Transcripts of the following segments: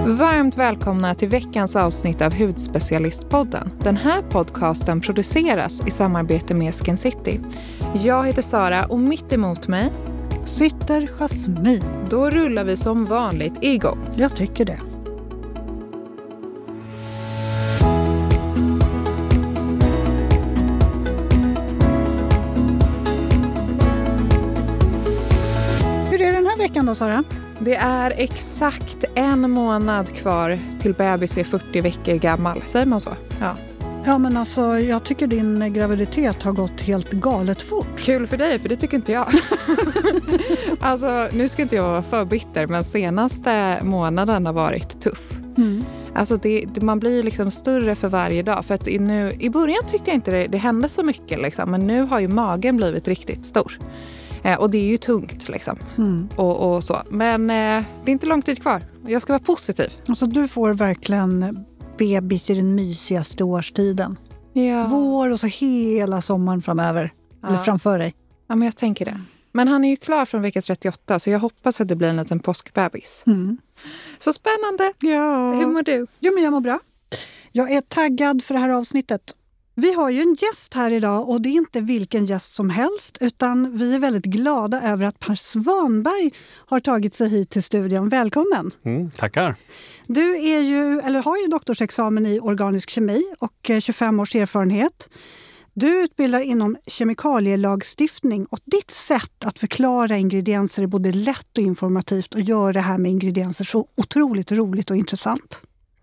Varmt välkomna till veckans avsnitt av Hudspecialistpodden. Den här podcasten produceras i samarbete med Skin City. Jag heter Sara och mitt emot mig sitter Jasmin. Då rullar vi som vanligt igång. Jag tycker det. Hur är den här veckan då, Sara? Det är exakt 1 månad kvar till bebis är 40 veckor gammal. Säger man så? Ja, men alltså jag tycker din graviditet har gått helt galet fort. Kul för dig, för det tycker inte jag. Alltså, nu ska inte jag vara för bitter, men senaste månaden har varit tuff. Alltså man blir liksom större för varje dag. För att i början tyckte jag inte det hände så mycket liksom, men nu har ju magen blivit riktigt stor. Och det är ju tungt liksom. Och så. Men det är inte lång tid kvar. Jag ska vara positiv. Alltså du får verkligen bebis i den mysigaste årstiden. Ja. Vår och så hela sommaren framöver. Ja. Eller framför dig. Ja, men jag tänker det. Men han är ju klar från vecka 38, så jag hoppas att det blir en liten påskbebis. Så spännande. Ja. Hur mår du? Jo, men jag mår bra. Jag är taggad för det här avsnittet. Vi har ju en gäst här idag och det är inte vilken gäst som helst, utan vi är väldigt glada över att Per Svanberg har tagit sig hit till studion. Välkommen! Tackar! Du har ju doktorsexamen i organisk kemi och 25 års erfarenhet. Du utbildar inom kemikalielagstiftning och ditt sätt att förklara ingredienser är både lätt och informativt och gör det här med ingredienser så otroligt roligt och intressant.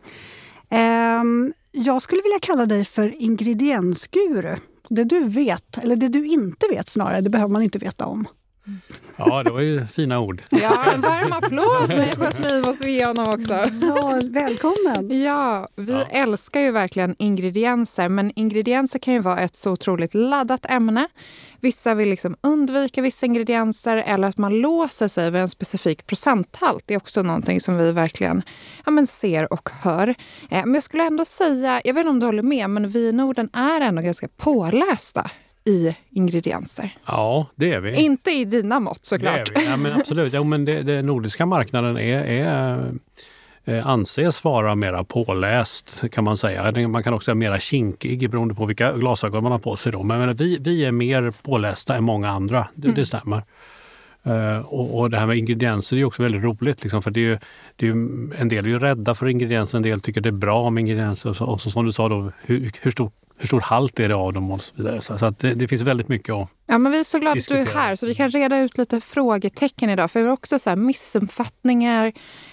Jag skulle vilja kalla dig för ingrediensguru. Det du vet, eller det du inte vet snarare, det behöver man inte veta om. Ja, det var ju fina ord. Ja, en varm applåd med Jasmin måste vi ge honom också. Ja, välkommen. Ja, vi älskar ju verkligen ingredienser, men ingredienser kan ju vara ett så otroligt laddat ämne. Vissa vill liksom undvika vissa ingredienser eller att man låser sig vid en specifik procenthalt. Det är också någonting som vi verkligen ser och hör. Men jag skulle ändå säga, jag vet inte om du håller med, men vi i Norden är ändå ganska pålästa i ingredienser. Ja, det är vi. Inte i dina mått såklart. Det är vi. Ja, men absolut. Ja, men den nordiska marknaden anses vara mera påläst, kan man säga. Man kan också vara mera kinkig beroende på vilka glasögon man har på sig då. Men vi är mer pålästa än många andra. Det stämmer. Och det här med ingredienser är ju också väldigt roligt. Liksom, för det är ju, en del är ju rädda för ingredienser, en del tycker det är bra med ingredienser. Och så, som du sa då, hur stor halt är det av dem och så vidare. Så att det finns väldigt mycket att Ja, men vi är så glada att diskutera. du är här så vi kan reda ut lite frågetecken idag. För vi har också så här missuppfattningar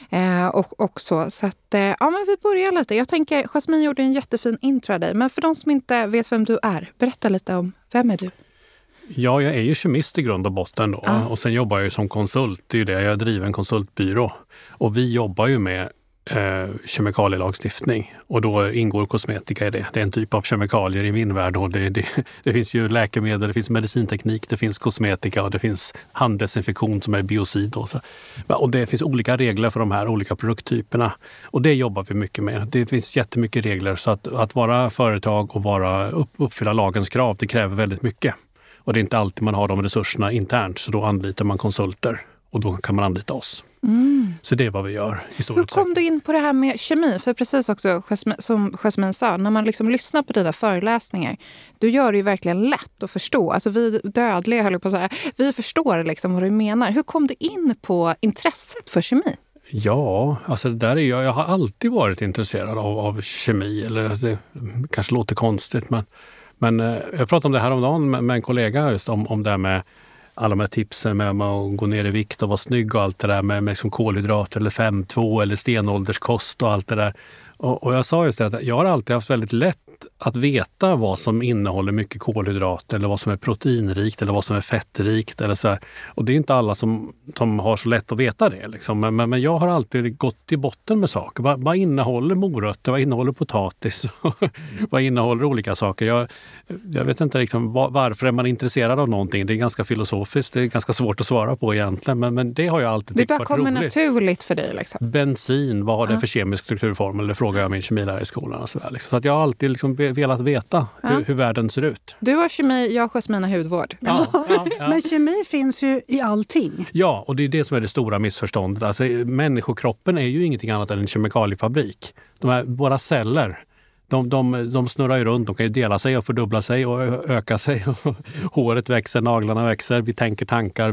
och så. Så att, men vi börjar lite. Jag tänker, Jasmin gjorde en jättefin intro av dig. Men för de som inte vet vem du är, berätta lite om vem är du? Ja, jag är ju kemist i grund och botten då. Och sen jobbar jag ju som konsult. Det är ju det. Jag driver en konsultbyrå. Och vi jobbar ju med kemikalielagstiftning. Och då ingår kosmetika i det. Det är en typ av kemikalier i min värld. Och det finns ju läkemedel, det finns medicinteknik, det finns kosmetika och det finns handdesinfektion som är biocid. Och det finns olika regler för de här olika produkttyperna. Och det jobbar vi mycket med. Det finns jättemycket regler. Så att vara företag och uppfylla lagens krav, det kräver väldigt mycket. Och det är inte alltid man har de resurserna internt, så då anlitar man konsulter och då kan man anlita oss. Så det är vad vi gör. Hur kom du in på det här med kemi? För precis också som Jasmin sa, när man liksom lyssnar på dina föreläsningar, du gör det ju verkligen lätt att förstå. Alltså vi dödliga höll på så här, vi förstår liksom vad du menar. Hur kom du in på intresset för kemi? Ja, alltså det där är jag har alltid varit intresserad av kemi. Eller det kanske låter konstigt, men jag pratade om det här om dagen med en kollega just om det här med alla de här tipsen med att gå ner i vikt och vara snygg och allt det där med liksom kolhydrater eller 5-2 eller stenålderskost och allt det där. Och jag sa just det att jag har alltid haft väldigt lätt att veta vad som innehåller mycket kolhydrater eller vad som är proteinrikt eller vad som är fettrikt eller så här. Och det är inte alla som har så lätt att veta det liksom. Men jag har alltid gått till botten med saker. Vad innehåller morötter? Vad innehåller potatis? Vad innehåller olika saker? Jag vet inte liksom varför är man intresserad av någonting. Det är ganska filosofiskt. Det är ganska svårt att svara på egentligen. Men det har jag alltid tyckt varit roligt. Det bara kommer naturligt för dig liksom. Bensin, vad har det för kemisk strukturform? Eller frågar jag min kemilärare i skolan och sådär. Liksom. Så att jag har alltid liksom velat veta hur världen ser ut. Du har kemi, jag Jasmina hudvård. Ja. Men kemi finns ju i allting. Ja, och det är det som är det stora missförståndet. Alltså, människokroppen är ju ingenting annat än en kemikaliefabrik. Våra celler, de snurrar ju runt, de kan ju dela sig och fördubbla sig och öka sig. Håret växer, naglarna växer, vi tänker tankar,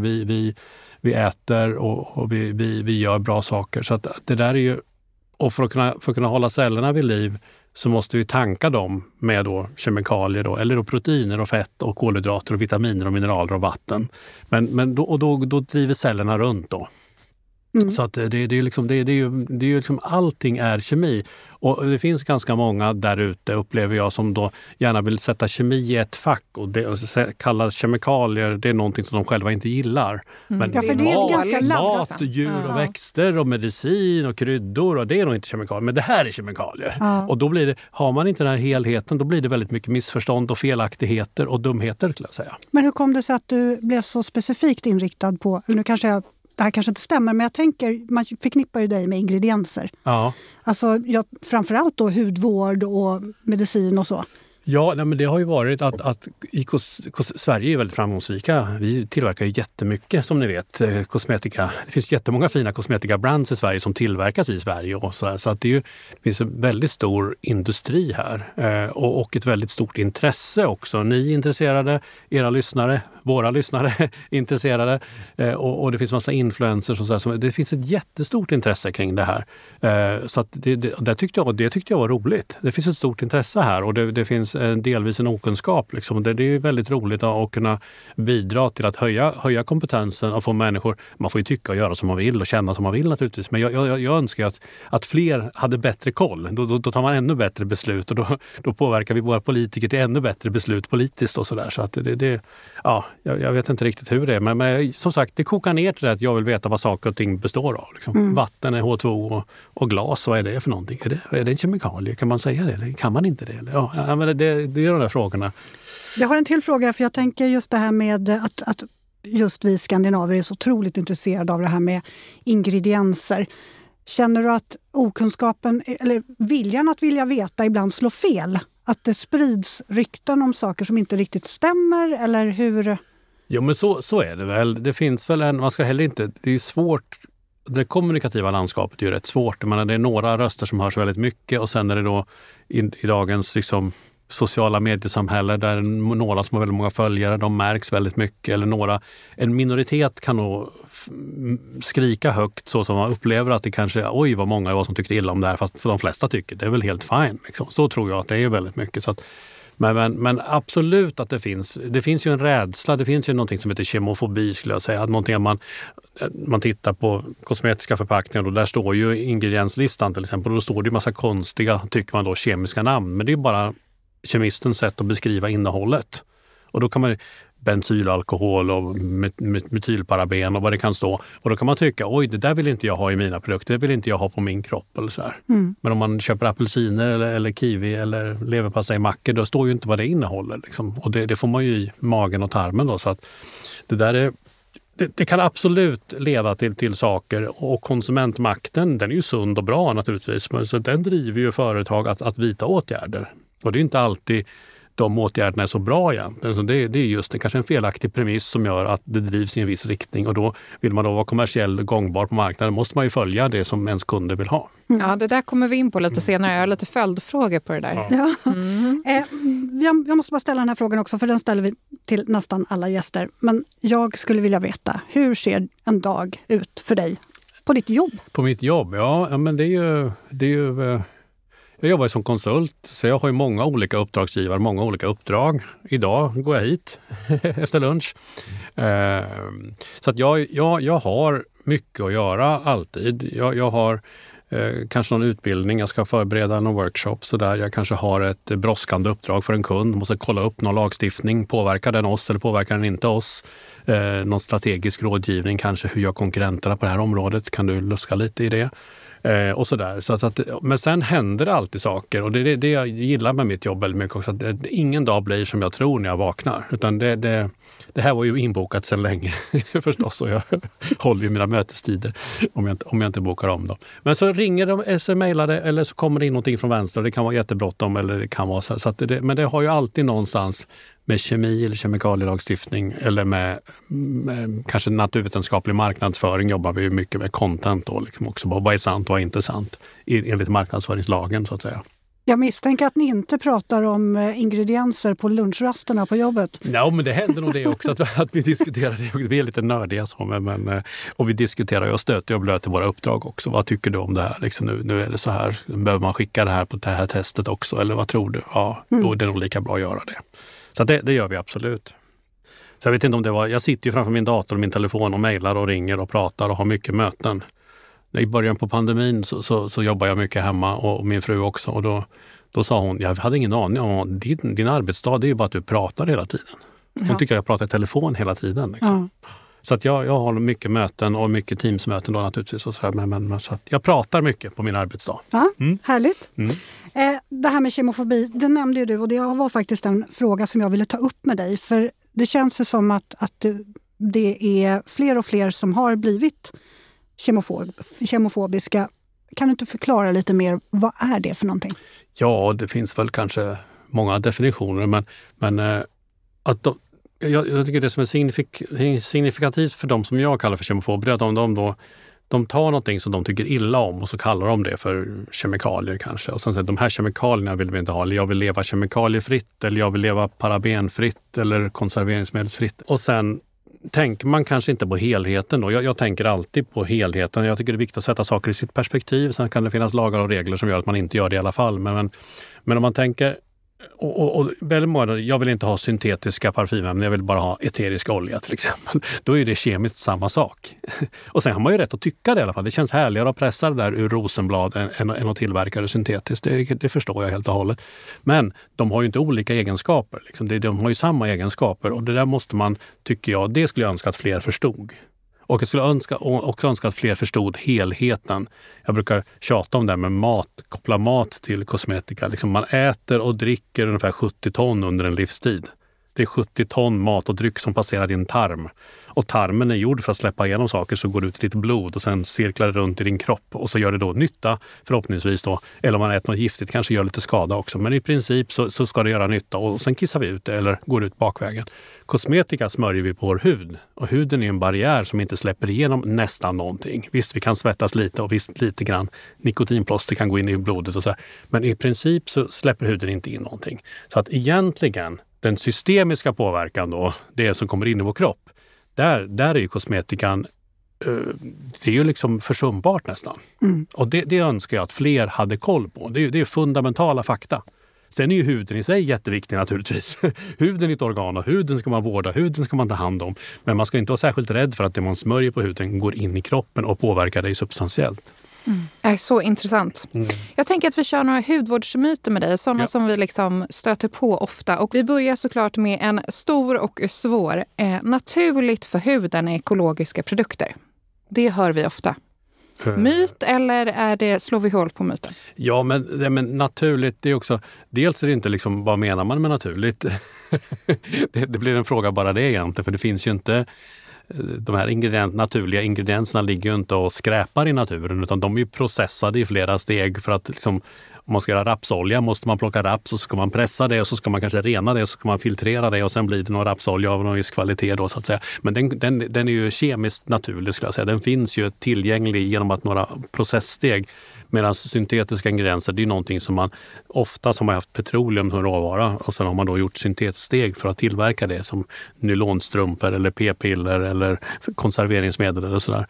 vi äter och vi gör bra saker. Så att det där är ju, och för att kunna hålla cellerna vid liv så måste vi tanka dem med då kemikalier då, eller då proteiner och fett och kolhydrater och vitaminer och mineraler och vatten. Men då driver cellerna runt då. Så att det är ju liksom allting är kemi. Och det finns ganska många där ute, upplever jag, som då gärna vill sätta kemi i ett fack och kalla kemikalier, det är någonting som de själva inte gillar. Men Ja, för det är ganska mat, djur och växter och medicin och kryddor, och det är nog inte kemikalier, men det här är kemikalier. Och då blir det, har man inte den här helheten, då blir det väldigt mycket missförstånd och felaktigheter och dumheter, skulle jag säga. Men hur kom det sig att du blev så specifikt inriktad på, nu kanske det här kanske inte stämmer, men jag tänker, man förknippar ju dig med ingredienser. Ja. Alltså framförallt då hudvård och medicin och så. Ja, men det har ju varit att Sverige är väldigt framgångsrika. Vi tillverkar ju jättemycket, som ni vet, kosmetika. Det finns jättemånga fina kosmetika-brands i Sverige som tillverkas i Sverige. Och så att det finns en väldigt stor industri här och ett väldigt stort intresse också. Ni är intresserade, era lyssnare, våra lyssnare är intresserade och det finns massa influencers och så. Det finns ett jättestort intresse kring det här. Så att det tyckte jag var roligt. Det finns ett stort intresse här och det finns delvis en okunskap. Liksom. Det är väldigt roligt att kunna bidra till att höja kompetensen och få människor, man får ju tycka och göra som man vill och känna som man vill naturligtvis, men jag önskar att fler hade bättre koll. Då tar man ännu bättre beslut och då påverkar vi våra politiker till ännu bättre beslut politiskt och sådär. Så att jag vet inte riktigt hur det är, men som sagt, det kokar ner till det att jag vill veta vad saker och ting består av. Liksom. Vatten är H2O och glas, vad är det för någonting? Är det en kemikalie? Kan man säga det eller kan man inte det? Eller? Ja, men det är de där frågorna. Jag har en till fråga, för jag tänker just det här med att just vi skandinaver är så otroligt intresserade av det här med ingredienser. Känner du att okunskapen, eller viljan att vilja veta, ibland slår fel? Att det sprids rykten om saker som inte riktigt stämmer, eller hur? Jo, men så är det väl. Det finns väl man ska heller inte, det är svårt. Det kommunikativa landskapet är ju rätt svårt. Det är några röster som hörs väldigt mycket och sen är det då i dagens liksom sociala mediesamhälle där några som har väldigt många följare, de märks väldigt mycket, eller en minoritet kan nog skrika högt så som man upplever att det kanske, oj vad många det var som tyckte illa om det här, fast för de flesta tycker det är väl helt fine. Liksom. Så tror jag att det är väldigt mycket. Så att, men absolut att det finns ju en rädsla, det finns ju någonting som heter kemofobi, skulle jag säga, att någonting att man tittar på kosmetiska förpackningar och där står ju ingredienslistan till exempel, och då står det ju massa konstiga, tycker man då, kemiska namn, men det är ju bara kemistens sätt att beskriva innehållet. Och då kan man bensylalkohol och metylparaben och vad det kan stå. Och då kan man tycka, oj, det där vill inte jag ha i mina produkter, det vill inte jag ha på min kropp eller så här. Men om man köper apelsiner eller kiwi eller leverpastejmackor, då står ju inte vad det innehåller. Liksom. Och det får man ju i magen och tarmen då. Så att det där är... Det kan absolut leda till saker, och konsumentmakten, den är ju sund och bra naturligtvis, men så den driver ju företag att vidta åtgärder. Och det är inte alltid de åtgärderna är så bra egentligen. Så det är just kanske en felaktig premiss som gör att det drivs i en viss riktning, och då vill man då vara kommersiell gångbar på marknaden, måste man ju följa det som ens kunder vill ha. Ja, det där kommer vi in på lite senare. Jag har lite följdfrågor på det där. Ja. Jag måste bara ställa den här frågan också, för den ställer vi till nästan alla gäster. Men jag skulle vilja veta, hur ser en dag ut för dig på ditt jobb? På mitt jobb? Ja, men det är ju jag jobbar som konsult, så jag har ju många olika uppdragsgivare, många olika uppdrag. Idag går jag hit efter lunch. Så att jag har mycket att göra alltid. Jag har kanske någon utbildning, jag ska förbereda någon workshop så där. Jag kanske har ett brådskande uppdrag för en kund, måste kolla upp någon lagstiftning, påverkar den oss eller påverkar den inte oss? Någon strategisk rådgivning kanske, hur gör konkurrenterna på det här området? Kan du luska lite i det? Och sådär. Men sen händer det alltid saker och det är det jag gillar med mitt jobb väldigt mycket också. Att ingen dag blir som jag tror när jag vaknar. Utan det här var ju inbokat sedan länge förstås och jag håller ju mina mötestider om jag inte bokar om dem. Men så ringer de, smsar det eller så kommer det in någonting från vänster och det kan vara jättebråttom eller det kan vara så att men det har ju alltid någonstans med kemi eller kemikalielagstiftning eller med kanske naturvetenskaplig marknadsföring jobbar vi ju mycket med content då liksom också. Vad är sant och vad är inte sant enligt marknadsföringslagen så att säga. Jag misstänker att ni inte pratar om ingredienser på lunchrasterna på jobbet. Ja, men det händer nog det också att vi diskuterar det. Vi är lite nördiga och vi diskuterar och stöter och blöter våra uppdrag också. Vad tycker du om det här? Liksom nu är det så här. Behöver man skicka det här på det här testet också? Eller vad tror du? Ja, då är det nog lika bra att göra det. Så det gör vi absolut. Så jag vet inte om det var... Jag sitter ju framför min dator och min telefon och mejlar och ringer och pratar och har mycket möten. I början på pandemin så jobbar jag mycket hemma och min fru också. Och då sa hon, jag hade ingen aning om din arbetsdag, det är ju bara att du pratar hela tiden. Hon tycker jag pratar i telefon hela tiden. Liksom. Ja. Så att jag har mycket möten och mycket teamsmöten då naturligtvis. Och så men så att jag pratar mycket på min arbetsdag. Ja, härligt. Det här med kemofobi, det nämnde ju du och det var faktiskt en fråga som jag ville ta upp med dig. För det känns ju som att det är fler och fler som har blivit kemofobiska. Kan du inte förklara lite mer, vad är det för någonting? Ja, det finns väl kanske många definitioner men att jag tycker det som är signifikativt för de som jag kallar för kemofober är att de tar någonting som de tycker illa om och så kallar de det för kemikalier kanske. Och sen säger de här kemikalierna vill vi inte ha. Eller jag vill leva kemikaliefritt eller jag vill leva parabenfritt eller konserveringsmedelsfritt. Och sen tänker man kanske inte på helheten då. Jag tänker alltid på helheten. Jag tycker det är viktigt att sätta saker i sitt perspektiv. Sen kan det finnas lagar och regler som gör att man inte gör det i alla fall. Men om man tänker... Och väldigt många, jag vill inte ha syntetiska parfymämnen, jag vill bara ha eterisk olja till exempel. Då är det kemiskt samma sak. Och sen har man ju rätt att tycka det i alla fall. Det känns härligare att pressa det där ur rosenblad än att tillverka det syntetiskt. Det förstår jag helt och hållet. Men de har ju inte olika egenskaper. Liksom. De har ju samma egenskaper och det där måste man, tycker jag, det skulle jag önska att fler förstod. Och jag skulle också önska att fler förstod helheten. Jag brukar tjata om det med mat, koppla mat till kosmetika. Liksom man äter och dricker ungefär 70 ton under en livstid. Det är 70 ton mat och dryck som passerar din tarm. Och tarmen är gjord för att släppa igenom saker så går det ut lite blod och sen cirklar det runt i din kropp. Och så gör det då nytta förhoppningsvis då. Eller om man äter något giftigt kanske gör lite skada också. Men i princip så ska det göra nytta och sen kissar vi ut det eller går ut bakvägen. Kosmetika smörjer vi på vår hud. Och huden är en barriär som inte släpper igenom nästan någonting. Visst, vi kan svettas lite och visst lite grann nikotinplåster kan gå in i blodet och så här. Men i princip så släpper huden inte in någonting. Så att egentligen den systemiska påverkan då, det som kommer in i vår kropp, där är ju kosmetikan, det är ju liksom försumbart nästan. Och det önskar jag att fler hade koll på. Det är fundamentala fakta. Sen är ju huden i sig jätteviktig naturligtvis. Huden är ett organ och huden ska man vårda, huden ska man ta hand om. Men man ska inte vara särskilt rädd för att det man smörjer på huden går in i kroppen och påverkar dig substantiellt. Det är så intressant. Jag tänker att vi kör några hudvårdsmyter med dig. Sådana som vi liksom stöter på ofta. Och vi börjar såklart med en stor och svår. Naturligt för huden är ekologiska produkter. Det hör vi ofta. Myt eller slår vi hål på myten? Ja, men naturligt, det är också... Dels är det inte liksom, vad menar man med naturligt? det blir en fråga bara det egentligen. För det finns ju inte... De här naturliga ingredienserna ligger ju inte och skräpar i naturen utan de är ju processade i flera steg för att liksom, om man ska göra rapsolja måste man plocka raps och så ska man pressa det och så ska man kanske rena det och så ska man filtrera det och sen blir det någon rapsolja av någon viss kvalitet då så att säga. Men den är ju kemiskt naturlig skulle jag säga. Den finns ju tillgänglig genom att några processsteg. Medan syntetiska ingredienser, det är någonting som man ofta som har haft petroleum som råvara och sen har man då gjort syntetsteg för att tillverka det som nylonstrumpor eller p-piller eller konserveringsmedel eller sådär.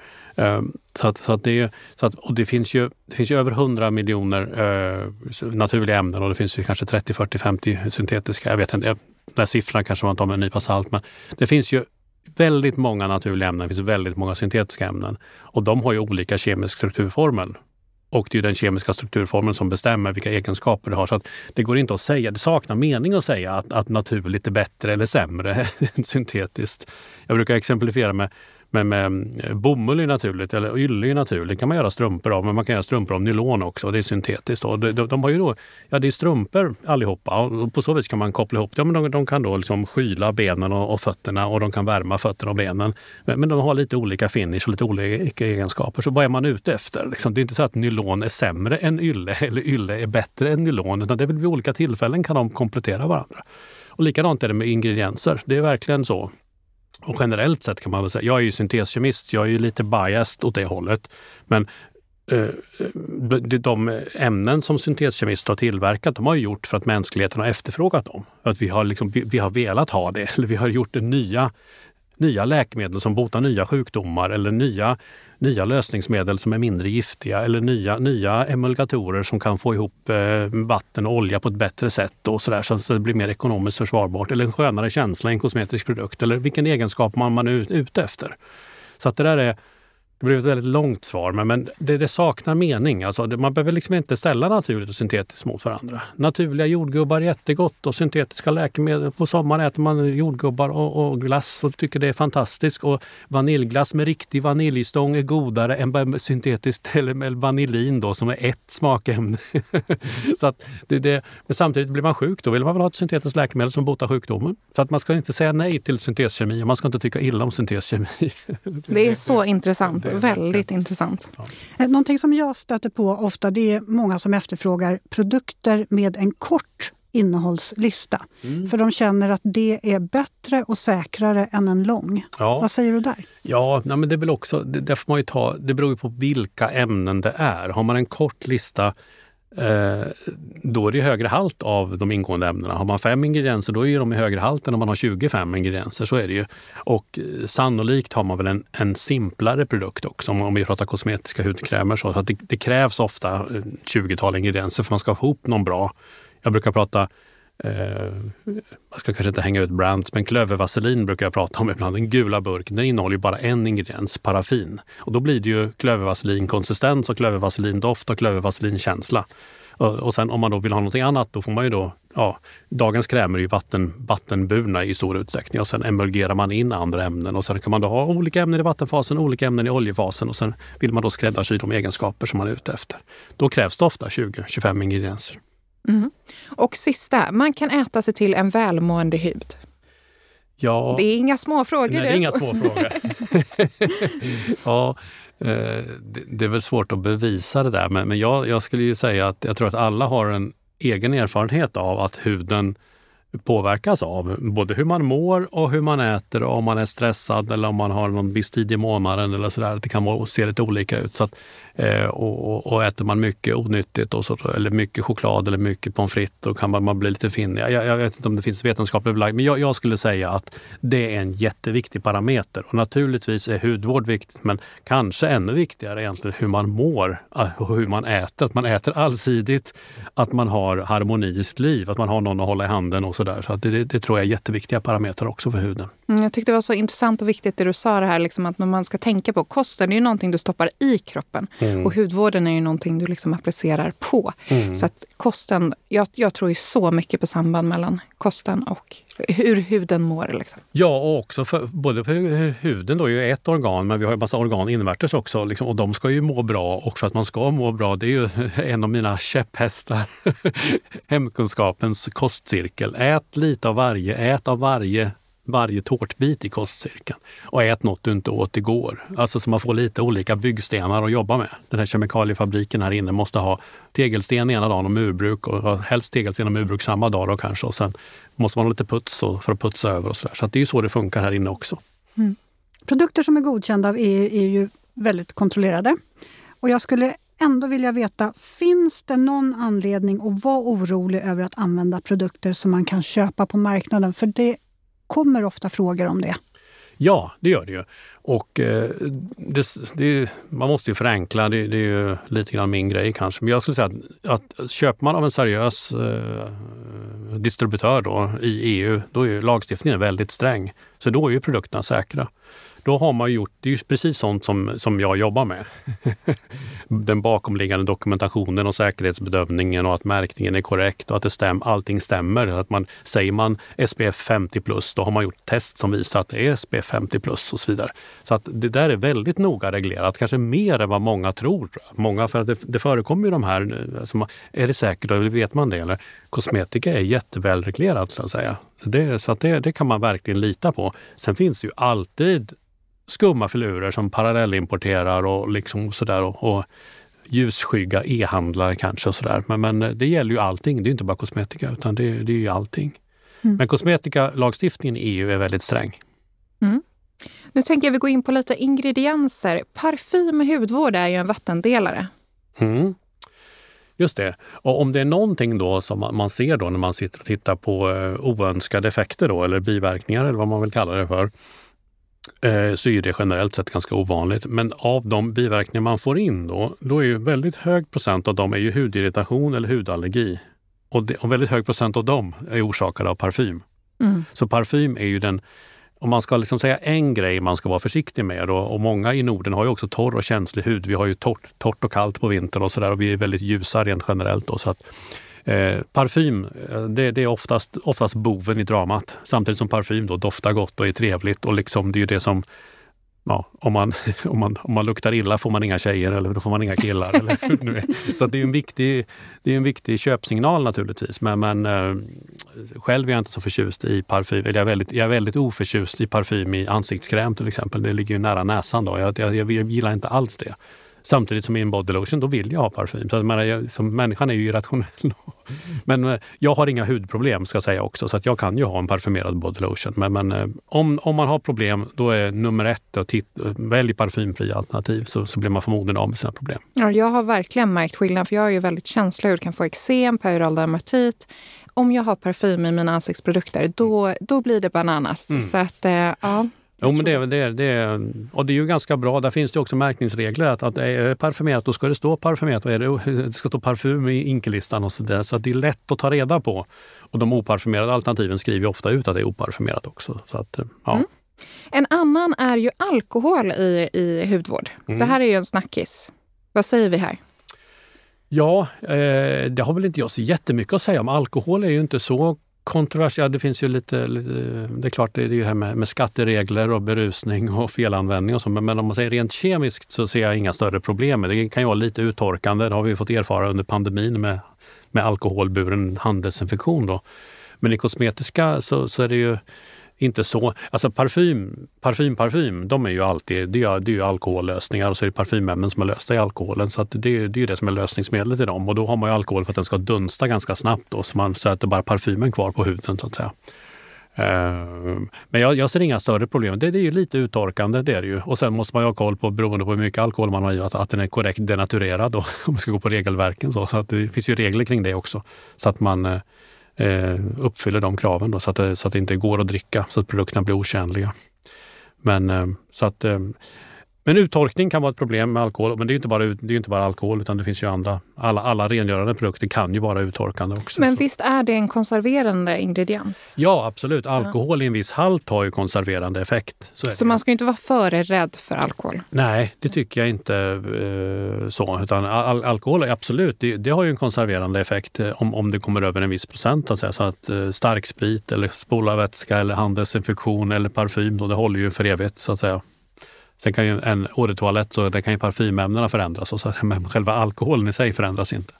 Och det finns ju över 100 miljoner naturliga ämnen och det finns ju kanske 30, 40, 50 syntetiska. Jag vet inte, den här siffran kanske man tar med en nypa salt, men det finns ju väldigt många naturliga ämnen, det finns väldigt många syntetiska ämnen och de har ju olika kemisk strukturformel. Och det är den kemiska strukturformen som bestämmer vilka egenskaper det har. Så att det går inte att säga, det saknar mening att säga att naturligt är bättre eller sämre än syntetiskt. Jag brukar exemplifiera med bomull är naturligt, eller ylle är naturligt, kan man göra strumpor av, men man kan göra strumpor av nylon också, och det är syntetiskt. De har ju då, det är strumpor allihopa, och på så vis kan man koppla ihop det. Men de kan då liksom skyla benen och fötterna, och de kan värma fötterna och benen. Men de har lite olika finish och lite olika egenskaper. Så vad är man ute efter? Liksom, det är inte så att nylon är sämre än ylle, eller ylle är bättre än nylon, utan det är väl vid olika tillfällen kan de komplettera varandra. Och likadant är det med ingredienser. Det är verkligen så. Och generellt sett kan man väl säga, jag är ju synteskemist, jag är ju lite biased åt det hållet. Men de ämnen som synteskemister har tillverkat, de har ju gjort för att mänskligheten har efterfrågat dem. Att vi har velat ha det, eller vi har gjort nya läkemedel som botar nya sjukdomar, eller nya lösningsmedel som är mindre giftiga, eller nya emulgatorer som kan få ihop vatten och olja på ett bättre sätt och sådär, så att det blir mer ekonomiskt försvarbart, eller en skönare känsla i en kosmetisk produkt, eller vilken egenskap man är ute efter. Så att det blev ett väldigt långt svar, men det saknar mening. Alltså, man behöver liksom inte ställa naturligt och syntetiskt mot varandra. Naturliga jordgubbar är jättegott, och syntetiska läkemedel. På sommaren äter man jordgubbar och glass och tycker det är fantastiskt. Och vaniljglass med riktig vaniljstång är godare än syntetiskt eller vanillin då, som är ett smakämne. Så att men samtidigt blir man sjuk, då vill man väl ha ett syntetiskt läkemedel som botar sjukdomen. Så att man ska inte säga nej till synteskemi, och man ska inte tycka illa om synteskemi. Det är så intressant. Väldigt intressant. Ja. Någonting som jag stöter på ofta, det är många som efterfrågar produkter med en kort innehållslista. För de känner att det är bättre och säkrare än en lång. Ja. Vad säger du där? Ja, men det är väl också, det får man ju det beror ju på vilka ämnen det är. Har man en kort lista, då är det högre halt av de ingående ämnena. Har man 5 ingredienser, då är de i högre halt än om man har 25 ingredienser, så är det ju. Och sannolikt har man väl en simplare produkt också, om vi pratar kosmetiska hudkrämer. Så att det krävs ofta 20-tal ingredienser för man ska få ihop någon bra. Jag brukar prata, man ska kanske inte hänga ut brands, men klövervaselin brukar jag prata om ibland. Den gula burken, den innehåller ju bara en ingrediens, paraffin. Och då blir det ju klövervaselin-konsistens och klövervaselin-doft och klövervaselin-känsla. Och sen om man då vill ha någonting annat, då får man ju då, dagens krämer är ju vattenburna i stor utsträckning, och sen emulgerar man in andra ämnen, och sen kan man då ha olika ämnen i vattenfasen, olika ämnen i oljefasen, och sen vill man då skräddarsy de egenskaper som man är ute efter. Då krävs det ofta 20-25 ingredienser. Mm. Och sista, man kan äta sig till en välmående hud. Ja, det är inga små frågor. Nej, det är inga små frågor. Ja, det är väl svårt att bevisa det där, men jag skulle ju säga att jag tror att alla har en egen erfarenhet av att huden påverkas av både hur man mår och hur man äter, och om man är stressad eller om man har någon viss tid i månaden eller sådär. Det kan se lite olika ut. Så att, och äter man mycket onyttigt och så, eller mycket choklad eller mycket pommes frites, då kan man bli lite finnig. Jag vet inte om det finns vetenskapligt belägg, men jag skulle säga att det är en jätteviktig parameter. Och naturligtvis är hudvård viktigt, men kanske ännu viktigare egentligen hur man mår och hur man äter. Att man äter allsidigt, att man har harmoni i sitt liv, att man har någon att hålla i handen och sådär. Så att det tror jag är jätteviktiga parametrar också för huden. Jag tyckte det var så intressant och viktigt det du sa det här, liksom att man ska tänka på kosten, det är ju någonting du stoppar i kroppen. Och hudvården är ju någonting du liksom applicerar på. Så att kosten, jag tror ju så mycket på samband mellan kosten och hur huden mår. Liksom. Ja, och också både för huden då är ju ett organ, men vi har ju massa organ invärtes också. Liksom, och de ska ju må bra, och för att man ska må bra, det är ju en av mina käpphästar. Hemkunskapens kostcirkel. Ät lite av varje, ät av varje tårtbit i kostcirkeln. Och ät något du inte åt igår. Alltså så man får lite olika byggstenar att jobba med. Den här kemikaliefabriken här inne måste ha tegelsten ena dagen och murbruk, och helst tegelsten och murbruk samma dag då kanske. Och sen måste man ha lite puts för att putsa över och sådär. Så att det är ju så det funkar här inne också. Produkter som är godkända av EU är ju väldigt kontrollerade. Och jag skulle ändå vilja veta, finns det någon anledning att vara orolig över att använda produkter som man kan köpa på marknaden? För det kommer ofta frågor om det. Ja, det gör det ju. Och man måste ju förenkla, det är ju lite grann min grej kanske. Men jag skulle säga att köper man av en seriös distributör då, i EU, då är ju lagstiftningen väldigt sträng. Så då är ju produkterna säkra. då har man gjort, det är ju precis sånt som jag jobbar med. Den bakomliggande dokumentationen och säkerhetsbedömningen och att märkningen är korrekt och att allting stämmer. Att säger man SPF 50 plus, då har man gjort test som visar att det är SPF 50 plus och så vidare. Så att det där är väldigt noga reglerat, kanske mer än vad många tror. Många, för att det förekommer ju de här, alltså, är det säkert, eller vet man det? Eller kosmetika är jätteväl reglerat så att säga. Så det kan man verkligen lita på. Sen finns det ju alltid skumma filurer som parallellimporterar och liksom sådär och ljusskygga e-handlare kanske och sådär. Men det gäller ju allting. Det är inte bara kosmetika utan det är ju allting. Men kosmetikalagstiftningen i EU är väldigt sträng. Nu tänker jag vi går in på lite ingredienser. Parfym och hudvård är ju en vattendelare. Just det. Och om det är någonting då som man ser då när man sitter och tittar på oönskade effekter då, eller biverkningar eller vad man vill kalla det för, så är det generellt sett ganska ovanligt. Men av de biverkningar man får in då är ju väldigt hög procent av dem är ju hudirritation eller hudallergi. Och väldigt hög procent av dem är orsakade av parfym. Så parfym är ju om man ska liksom säga en grej man ska vara försiktig med, och många i Norden har ju också torr och känslig hud. Vi har ju torrt och kallt på vintern och sådär, och vi är väldigt ljusa rent generellt då, så att parfym, det är oftast boven i dramat. Samtidigt som parfym då doftar gott och är trevligt, och liksom det är ju det som, ja, om man luktar illa får man inga tjejer, eller då får man inga killar eller hur det nu är. Så att det är en viktig köpsignal naturligtvis, men själv är jag inte så förtjust i parfym. Jag är väldigt oförtjust i parfym i ansiktskräm till exempel. Det ligger ju nära näsan då. Jag gillar inte alls det. Samtidigt som i en bodylotion, då vill jag ha parfym. Så att som människan är ju irrationell. Men jag har inga hudproblem ska jag säga också, så att jag kan ju ha en parfymerad bodylotion. Men om man har problem, då är nummer 1 att välj parfymfria alternativ, så blir man förmodligen av med sina problem. Ja, jag har verkligen märkt skillnad, för jag är ju väldigt känslig hud, kan få eksem, peroral dermatit. Om jag har parfym i mina ansiktsprodukter, då blir det bananas. Så att, ja... Jo, men och det är ju ganska bra. Där finns det också märkningsregler att är det parfymerat, då ska det stå parfymerat, och det ska stå parfym i inkelistan och sådär. Så att det är lätt att ta reda på. Och de oparfymerade alternativen skriver ofta ut att det är oparfymerat också. Så att, ja. En annan är ju alkohol i hudvård. Det här är ju en snackis. Vad säger vi här? Ja, det har väl inte jag så jättemycket att säga om. Alkohol är ju inte så kontroversiellt. Det finns ju lite, det är klart det är ju här med skatteregler och berusning och felanvändning och så, men om man säger rent kemiskt så ser jag inga större problem. Det kan ju vara lite uttorkande, det har vi fått erfara under pandemin med alkoholburen handelsinfektion då. Men i kosmetiska så är det ju inte så. Alltså parfym, de är ju alltid, det är ju alkohollösningar, och så är det parfymämnen som har löst sig i alkoholen, så att det är ju det som är lösningsmedlet i dem, och då har man ju alkohol för att den ska dunsta ganska snabbt då, så man sätter bara parfymen kvar på huden så att säga. Men jag ser inga större problem. Det är ju lite uttorkande, det är det ju. Och sen måste man ju ha koll på, beroende på hur mycket alkohol man har i, att den är korrekt denaturerad då, om man ska gå på regelverken så att det finns ju regler kring det också, så att man uppfyller de kraven då, så att det inte går att dricka, så att produkterna blir otjänliga. Men uttorkning kan vara ett problem med alkohol, men det är ju inte bara alkohol, utan det finns ju andra, alla rengörande produkter kan ju vara uttorkande också. Men visst är det en konserverande ingrediens? Ja, absolut. Alkohol i en viss halt har ju konserverande effekt. Så man ska ju inte vara för rädd för alkohol? Nej, det tycker jag inte så. Utan alkohol är absolut, det har ju en konserverande effekt om det kommer över en viss procent. Så att starksprit eller spolarvätska eller handelsinfektion eller parfym, då, det håller ju för evigt så att säga. Sen kan ju en åretoalett, så där kan ju parfymämnena förändras, men själva alkoholen i sig förändras inte.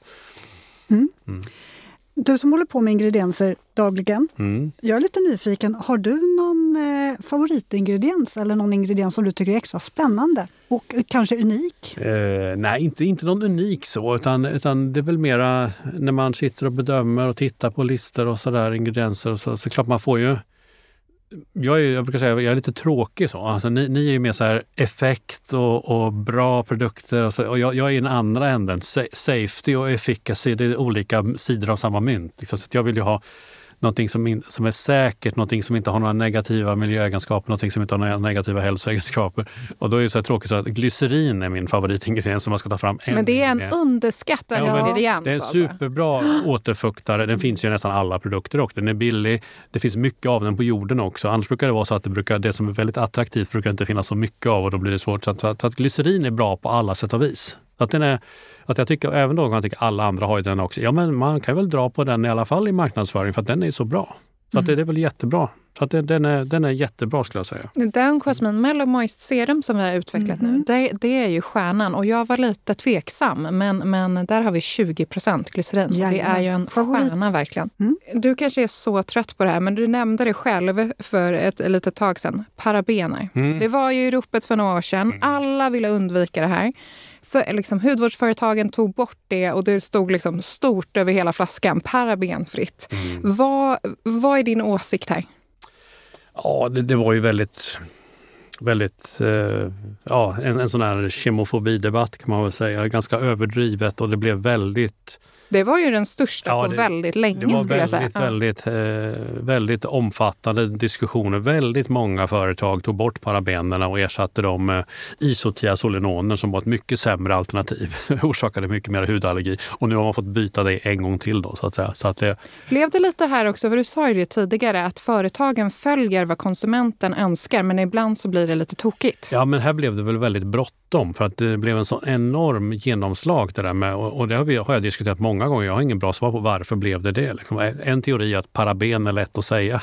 Du som håller på med ingredienser dagligen, jag är lite nyfiken. Har du någon favoritingrediens eller någon ingrediens som du tycker är extra spännande och kanske unik? Nej, inte någon unik så, utan det är väl mera när man sitter och bedömer och tittar på listor och sådär, ingredienser, så klart man får ju. Jag brukar säga att jag är lite tråkig så. Alltså, ni är ju mer så här effekt och bra produkter. Och jag är i den andra änden. Safety och efficacy, det är olika sidor av samma mynt. Liksom. Så jag vill ju ha någonting som är säkert, någonting som inte har några negativa miljöegenskaper, någonting som inte har några negativa hälsoegenskaper. Och då är det så tråkigt så att glycerin är min favoritingrediens som man ska ta fram. Men det är en underskattad ingrediens. Det är en superbra återfuktare. Den finns ju i nästan alla produkter också. Den är billig. Det finns mycket av den på jorden också. Annars brukar det vara så att det som är väldigt attraktivt brukar inte finnas så mycket av och då blir det svårt. Så att glycerin är bra på alla sätt och vis. Att jag tycker, även då jag tycker alla andra har ju den också. Ja, men man kan väl dra på den i alla fall i marknadsföring för att den är så bra. Så att det är väl jättebra. Så att den är jättebra skulle jag säga. Den Cosmin Mellow Moist Serum som vi har utvecklat nu, det är ju stjärnan. Och jag var lite tveksam, men där har vi 20% glycerin. Ja, det är ju en stjärna verkligen. Du kanske är så trött på det här, men du nämnde det själv för ett litet tag sedan. Parabener. Det var ju i ropet för några år sedan. Alla ville undvika det här. För liksom, hudvårdsföretagen tog bort det och det stod liksom stort över hela flaskan, parabenfritt. Vad är din åsikt här? Ja, det var ju väldigt en sån här kemofobidebatt kan man väl säga. Ganska överdrivet och det blev väldigt... Det var ju den största på väldigt länge skulle jag säga. Det var väldigt omfattande diskussioner. Väldigt många företag tog bort parabenerna och ersatte dem med isotiazolinoner som var ett mycket sämre alternativ. Orsakade mycket mer hudallergi. Och nu har man fått byta det en gång till då så att säga. Så att blev det lite här också, för du sa ju det tidigare, att företagen följer vad konsumenten önskar men ibland så blir det lite tokigt. Ja, men här blev det väl väldigt bråttom för att det blev en sån enorm genomslag det där med, och det har jag diskuterat många gånger. Jag har ingen bra svar på varför blev det. Liksom. En teori är att paraben är lätt att säga.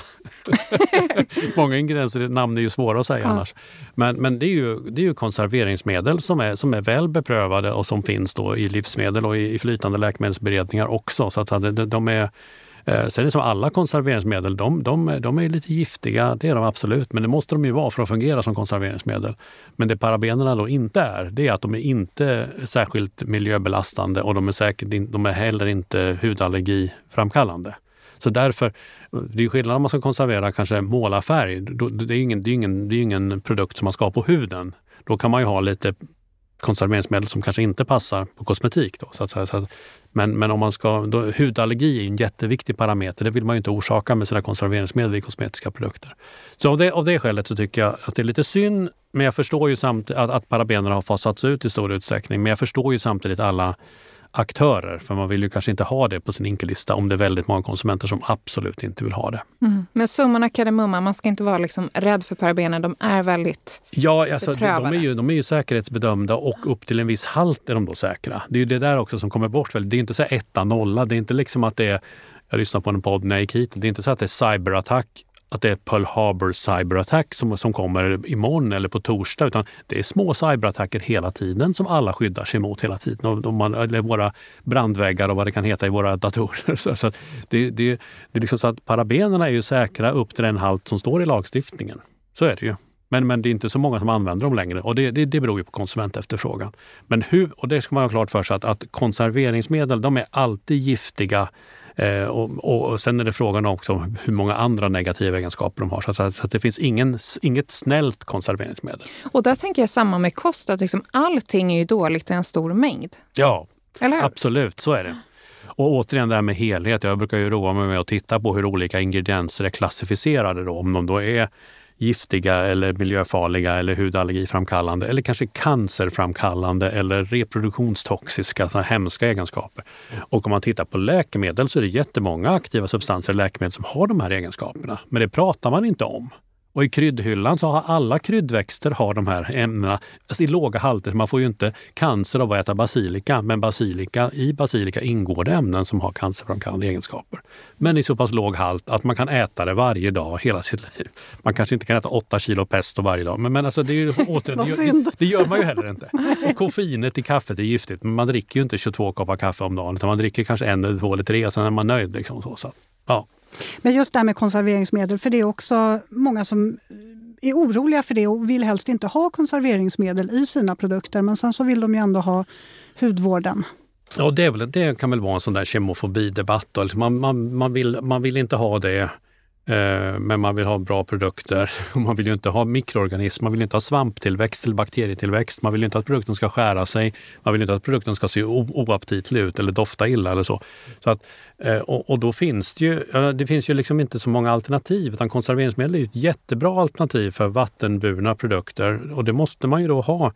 Många ingredienser, namn är ju svåra att säga annars. Men det är ju konserveringsmedel som är väl beprövade och som finns då i livsmedel och i flytande läkemedelsberedningar också. Så att de är... Sen är det som alla konserveringsmedel, de är lite giftiga, det är de absolut, men det måste de ju vara för att fungera som konserveringsmedel. Men det parabenerna då inte är, det är att de är inte särskilt miljöbelastande och de är heller inte hudallergiframkallande. Så därför, det är skillnad om man ska konservera kanske målarfärg, det är ingen produkt som man ska ha på huden. Då kan man ju ha lite konserveringsmedel som kanske inte passar på kosmetik då, så att säga. Men om man hudallergi är en jätteviktig parameter, det vill man ju inte orsaka med sina konserveringsmedel i kosmetiska produkter. Så av det skälet så tycker jag att det är lite synd, men jag förstår ju samtidigt att parabenerna har fasats ut i stor utsträckning, men jag förstår ju samtidigt alla aktörer, för man vill ju kanske inte ha det på sin inkellista om det är väldigt många konsumenter som absolut inte vill ha det. Men summan av kardemumma, man ska inte vara liksom rädd för parabener, de är väldigt beprövade. De är ju säkerhetsbedömda och upp till en viss halt är de då säkra. Det är ju det där också som kommer bort. Det är inte så 1-0, det är inte liksom att det är, jag lyssnar på en podd när jag gick hit, det är inte så att det är cyberattack, att det är Pearl Harbor cyberattack som kommer imorgon eller på torsdag, utan det är små cyberattacker hela tiden som alla skyddar sig mot hela tiden. Eller våra brandväggar och vad det kan heta i våra datorer. Så att det är liksom så att parabenerna är ju säkra upp till den halt som står i lagstiftningen. Så är det ju. Men det är inte så många som använder dem längre och det beror ju på konsumentefterfrågan. Men och det ska man ha klart för sig att konserveringsmedel, de är alltid giftiga. Och sen är det frågan också om hur många andra negativa egenskaper de har. Så att det finns inget snällt konserveringsmedel. Och där tänker jag samma med kost, att liksom allting är ju dåligt i en stor mängd. Ja, eller hur? Absolut, så är det. Och återigen det här med helhet. Jag brukar ju roa mig med att titta på hur olika ingredienser är klassificerade då. Om de då är giftiga eller miljöfarliga eller hudallergiframkallande eller kanske cancerframkallande eller reproduktionstoxiska, sådana hemska egenskaper. Och om man tittar på läkemedel så är det jättemånga aktiva substanser i läkemedel som har de här egenskaperna. Men det pratar man inte om. Och i kryddhyllan så har alla kryddväxter har de här ämnena i låga halter. Man får ju inte cancer av att äta basilika, men i basilika ingår det ämnen som har cancerframkallande egenskaper. Men i så pass låg halt att man kan äta det varje dag hela sitt liv. Man kanske inte kan äta 8 kilo pesto varje dag, men alltså det är ju det gör man ju heller inte. Och koffeinet i kaffet är giftigt, men man dricker ju inte 22 koppar kaffe om dagen, utan man dricker kanske 1, 2 eller 3 och sen är man nöjd liksom så. Ja. Men just det här med konserveringsmedel, för det är också många som är oroliga för det och vill helst inte ha konserveringsmedel i sina produkter, men sen så vill de ju ändå ha hudvården. Ja, det kan väl vara en sån där kemofobidebatt. Man vill inte ha det Men man vill ha bra produkter. Man vill ju inte ha mikroorganismer, man vill inte ha svamptillväxt eller bakterietillväxt. Man vill inte att produkten ska skära sig. Man vill inte att produkten ska se oaptitlig ut eller dofta illa eller så. Så att, och då finns det finns ju liksom inte så många alternativ. Utan konserveringsmedel är ju ett jättebra alternativ för vattenburna produkter. Och det måste man ju då ha.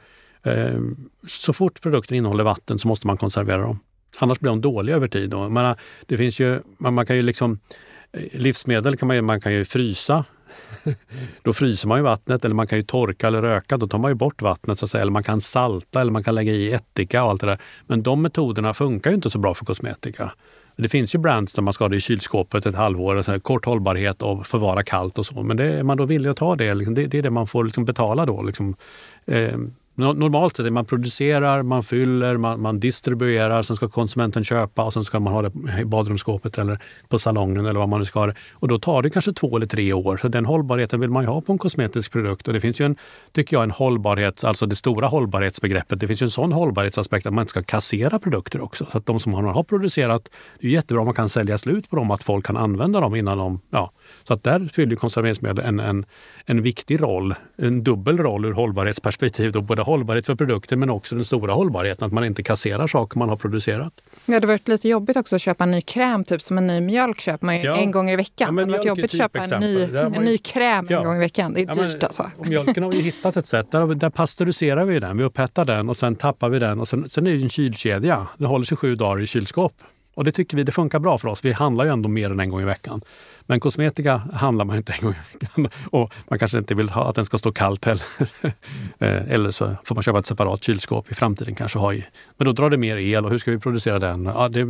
Så fort produkten innehåller vatten så måste man konservera dem. Annars blir de dåliga över tid. Då. Det finns ju, man kan ju liksom... Livsmedel man kan ju frysa. Då fryser man ju vattnet, eller man kan ju torka eller röka, då tar man ju bort vattnet så att säga. Eller man kan salta eller man kan lägga i ättika och allt det där. Men de metoderna funkar ju inte så bra för kosmetika. Det finns ju brands där man ska ha det i kylskåpet ett halvår, och så här, kort hållbarhet och förvara kallt och så. Men det är man då villig att ta det, liksom, det är det man får liksom betala då. Liksom. Normalt sett är man producerar, man fyller, man distribuerar, sen ska konsumenten köpa och sen ska man ha det i badrumsskåpet eller på salongen eller vad man nu ska ha det. Och då tar det kanske 2 eller 3 år. Så den hållbarheten vill man ju ha på en kosmetisk produkt. Och det finns ju en hållbarhets, alltså det stora hållbarhetsbegreppet. Det finns ju en sån hållbarhetsaspekt att man inte ska kassera produkter också. Så att de som har producerat, det är jättebra om man kan sälja slut på dem, att folk kan använda dem innan de, Så att där fyller konserveringsmedel en viktig roll, en dubbel roll ur hållbarhetsperspektiv. Då både hållbarhet för produkter men också den stora hållbarheten, att man inte kasserar saker man har producerat. Ja, det har varit lite jobbigt också att köpa en ny kräm, typ som en ny mjölk köper man en gång i veckan. Ja, det har varit jobbigt att köpa en ny kräm en gång i veckan. Det är dyrt alltså. Och mjölken har vi hittat ett sätt. Där pasteuriserar vi den, vi upphettar den och sen tappar vi den. Och sen är det en kylkedja. Den håller sig 7 dagar i kylskåp. Och det tycker vi, det funkar bra för oss. Vi handlar ju ändå mer än en gång i veckan. Men kosmetika handlar man inte en gång i veckan. Och man kanske inte vill ha att den ska stå kallt heller. Eller så får man köpa ett separat kylskåp i framtiden kanske ha i. Men då drar det mer el, och hur ska vi producera den?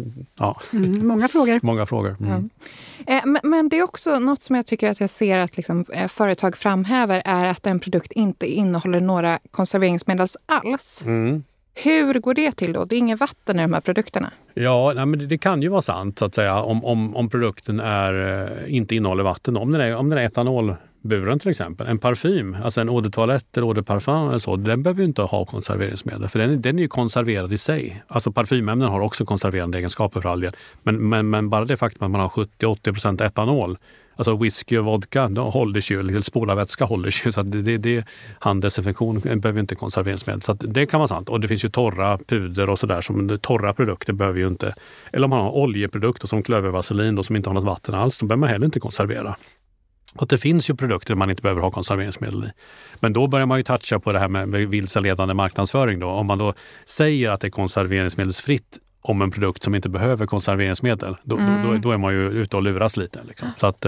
Många frågor. Många frågor. Mm. Men det är också något som jag tycker att jag ser att liksom, företag framhäver är att en produkt inte innehåller några konserveringsmedel alls. Mm. Hur går det till då? Det är inget vatten i de här produkterna. Ja, men det kan ju vara sant så att säga om produkten inte innehåller vatten. Om den är etanolburen till exempel. En parfym, alltså en eau de toilette eller eau de parfum eller så, den behöver ju inte ha konserveringsmedel. För den är ju konserverad i sig. Alltså parfymämnen har också konserverande egenskaper för all del. Men bara det faktum att man har 70-80% etanol. Alltså whisky och vodka, då håller sig ju, eller spolarvätska håller sig, så att det handdesinfektion behöver inte konserveringsmedel. Så att det kan vara sant. Och det finns ju torra puder och sådär, som torra produkter behöver ju inte, eller om man har oljeprodukter som klövervaselin då, som inte har något vatten alls, då behöver man heller inte konservera. Och det finns ju produkter man inte behöver ha konserveringsmedel i. Men då börjar man ju toucha på det här med vilseledande marknadsföring då. Om man då säger att det är konserveringsmedelsfritt om en produkt som inte behöver konserveringsmedel, då är man ju ute och luras lite. Liksom. Så att,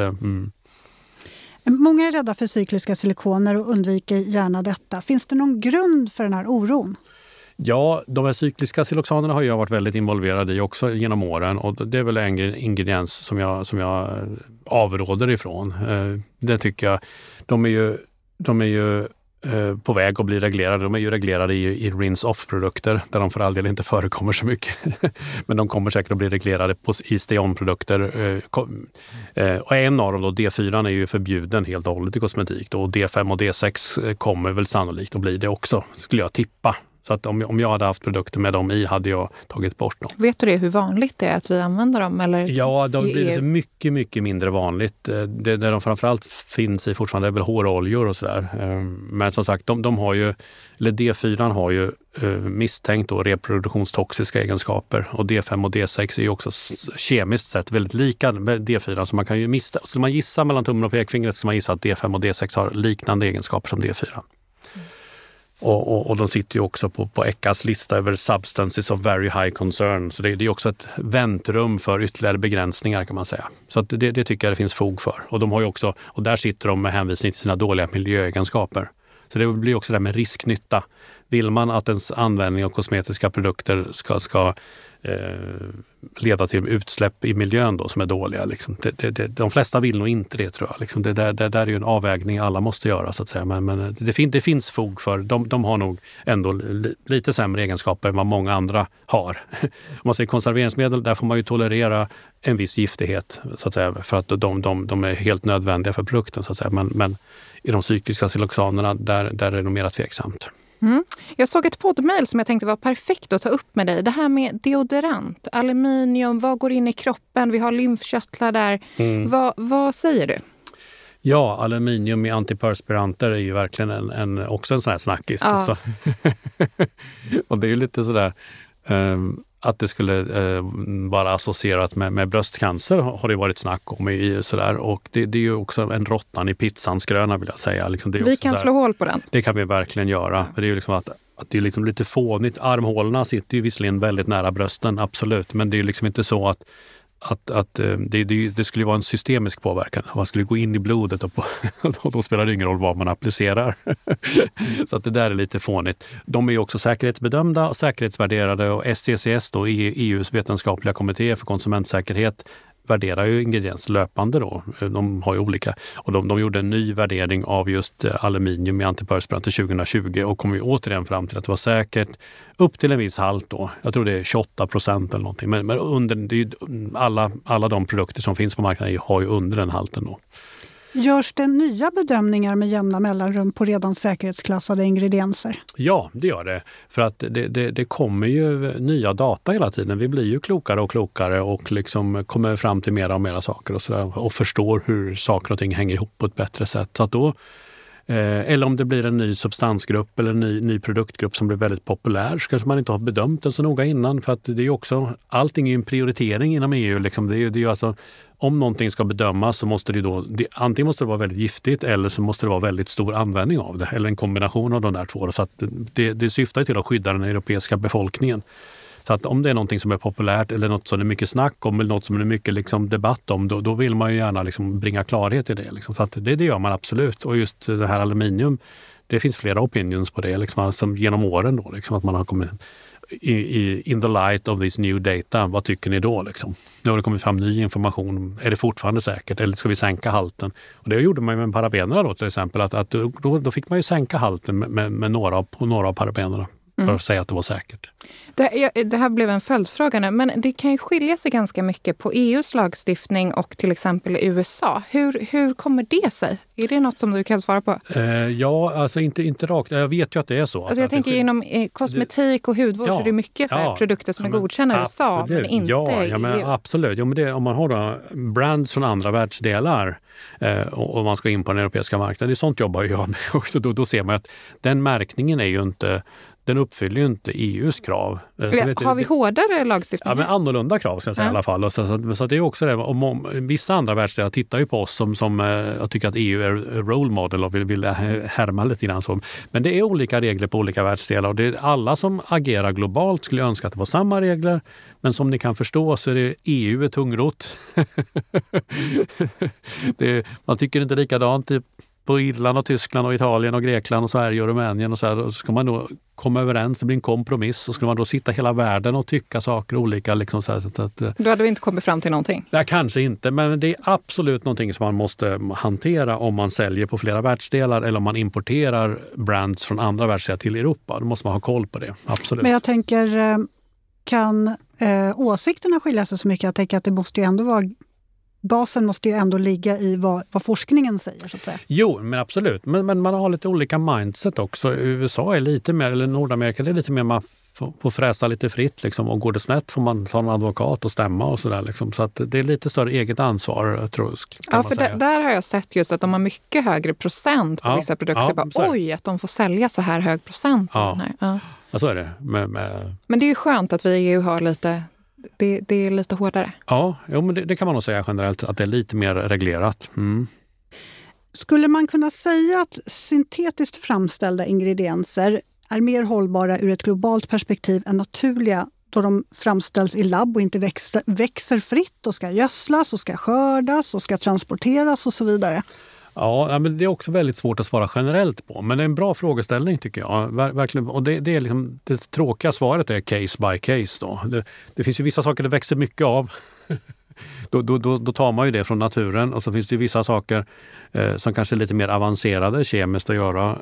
Många är rädda för cykliska silikoner och undviker gärna detta. Finns det någon grund för den här oron? Ja, de här cykliska siloxanerna har jag varit väldigt involverad i också genom åren, och det är väl en ingrediens som jag avråder ifrån. Det tycker jag. De är ju på väg att bli reglerade. De är ju reglerade i rinse-off-produkter där de för all del inte förekommer så mycket. Men de kommer säkert att bli reglerade i stay-on-produkter. Och en av dem, då, D4, är ju förbjuden helt och hållet i kosmetik. Då. Och D5 och D6 kommer väl sannolikt att bli det också, skulle jag tippa. Så att om jag hade haft produkter med dem i hade jag tagit bort dem. Vet du hur vanligt det är att vi använder dem? Eller? Ja, det har blivit mycket, mycket mindre vanligt. Det de framförallt finns i fortfarande är väl håroljor och sådär. Men som sagt, de har ju, eller D4 har ju misstänkt då reproduktionstoxiska egenskaper. Och D5 och D6 är ju också kemiskt sett väldigt lika D4. Så man kan ju skulle man gissa mellan tummen och pekfingret, så man gissa att D5 och D6 har liknande egenskaper som D4. Och de sitter ju också på ECHAs lista över substances of very high concern. Så det är också ett väntrum för ytterligare begränsningar, kan man säga. Så att det tycker jag det finns fog för. Och de har ju också, och där sitter de med hänvisning till sina dåliga miljöegenskaper. Så det blir också det med risknytta. Vill man att ens användning av kosmetiska produkter ska leda till utsläpp i miljön då, som är dåliga. Liksom. De flesta vill nog inte det, tror jag. Liksom. Det där är ju en avvägning alla måste göra, så att säga. Men det finns fog för. De har nog ändå lite sämre egenskaper än vad många andra har. Om man säger konserveringsmedel, där får man ju tolerera en viss giftighet, så att säga, för att de är helt nödvändiga för produkten, så att säga. Men i de cykliska siloxanerna, där är det nog mer tveksamt. Mm. Jag såg ett poddmail som jag tänkte var perfekt att ta upp med dig. Det här med deodorant, aluminium, vad går in i kroppen? Vi har lymfkörtlar där. Vad säger du? Ja, aluminium i antiperspiranter är ju verkligen också en sån här snackis. Ja. Så. Och det är ju lite sådär att det skulle vara associerat med bröstcancer har det varit snack om i sådär. Och det är ju också en råttan i pizzans gröna vill jag säga. Liksom det är vi kan slå hål på den. Det kan vi verkligen göra. För det är ju liksom att det är liksom lite fånigt. Armhålorna sitter ju visserligen väldigt nära brösten, absolut. Men det är ju liksom inte så att det skulle vara en systemisk påverkan. Man skulle gå in i blodet och då spelar det ingen roll vad man applicerar. Så att det där är lite fånigt. De är ju också säkerhetsbedömda och säkerhetsvärderade och SCCS då, EUs vetenskapliga kommitté för konsumentsäkerhet, värderar ju ingredienser löpande då. De har ju olika. Och de gjorde en ny värdering av just aluminium i antiperspiranter 2020 och kom ju återigen fram till att det var säkert upp till en viss halt då. Jag tror det är 28% eller någonting. Men under, det är ju alla de produkter som finns på marknaden har ju under den halten då. Görs det nya bedömningar med jämna mellanrum på redan säkerhetsklassade ingredienser? Ja, det gör det. För att det kommer ju nya data hela tiden. Vi blir ju klokare och klokare och liksom kommer fram till mera och mera saker och sådär. Och förstår hur saker och ting hänger ihop på ett bättre sätt. Så att då, eller om det blir en ny substansgrupp eller en ny produktgrupp som blir väldigt populär, så kanske man inte har bedömt den så noga innan. För att det är ju också, allting är ju en prioritering inom EU. Liksom. Det är ju alltså, om någonting ska bedömas så måste antingen måste det vara väldigt giftigt eller så måste det vara väldigt stor användning av det. Eller en kombination av de där två. Så att det syftar till att skydda den europeiska befolkningen. Så att om det är någonting som är populärt eller något som det är mycket snack om eller något som det är mycket liksom debatt om, då vill man ju gärna liksom bringa klarhet i det. Liksom. Så att det gör man absolut. Och just det här aluminium, det finns flera opinions på det liksom, som genom åren då, liksom, att man har kommit in the light of this new data, vad tycker ni då? Liksom? Nu har det kommit fram ny information. Är det fortfarande säkert eller ska vi sänka halten? Och det gjorde man med parabenerna då till exempel. Att då fick man ju sänka halten med några av parabenerna för att säga att det var säkert. Det här blev en följdfråga nu, men det kan ju skilja sig ganska mycket på EUs lagstiftning och till exempel USA. Hur kommer det sig? Är det något som du kan svara på? Ja, alltså inte rakt. Jag vet ju att det är så. Alltså jag tänker inom kosmetik och hudvård så är det mycket så här produkter som är godkända i USA, men inte Ja, men absolut. Ja, men om man har då brands från andra världsdelar och man ska in på den europeiska marknaden, det är sånt jobbar jag med också. Då ser man att den märkningen är ju inte... Den uppfyller ju inte EUs krav. Har vi hårdare lagstiftning? Ja, men annorlunda krav ska jag säga i alla fall. Så det är också det. Om vissa andra världsdelar tittar ju på oss som jag tycker att EU är role model och vill härma lite grann så. Men det är olika regler på olika världsdelar och det är alla som agerar globalt skulle önska att det var samma regler. Men som ni kan förstå så är det EU är tungrot. Man tycker inte likadant typ på Irland och Tyskland och Italien och Grekland och Sverige och Rumänien och så här. Och så ska man då komma överens, det blir en kompromiss och ska man då sitta hela världen och tycka saker olika. Liksom så här, så att, då hade vi inte kommit fram till någonting? Nej, kanske inte, men det är absolut någonting som man måste hantera om man säljer på flera världsdelar eller om man importerar brands från andra världsdelar till Europa. Då måste man ha koll på det, absolut. Men jag tänker, kan åsikterna skilja sig så mycket? Jag tänker att det måste ju ändå vara... Basen måste ju ändå ligga i vad forskningen säger, så att säga. Jo, men absolut. Men man har lite olika mindset också. USA är lite mer, eller Nordamerika är lite mer, man får fräsa lite fritt liksom, och går det snett får man ta en advokat och stämma och sådär. Liksom. Så att det är lite större eget ansvar, tror jag. Ja, för där har jag sett just att de har mycket högre procent på vissa produkter. Oj, att de får sälja så här hög procent. Ja, så är det. Men det är ju skönt att vi i EU har lite... Det är lite hårdare. Ja, men det kan man nog säga generellt att det är lite mer reglerat. Mm. Skulle man kunna säga att syntetiskt framställda ingredienser är mer hållbara ur ett globalt perspektiv än naturliga då de framställs i labb och inte växer fritt och ska gödslas och ska skördas och ska transporteras och så vidare? Ja, men det är också väldigt svårt att svara generellt på. Men det är en bra frågeställning tycker jag. Verkligen. Och det är liksom, det tråkiga svaret är case by case. Då. Det finns ju vissa saker det växer mycket av. Då tar man ju det från naturen. Och så finns det ju vissa saker som kanske är lite mer avancerade kemiskt att göra.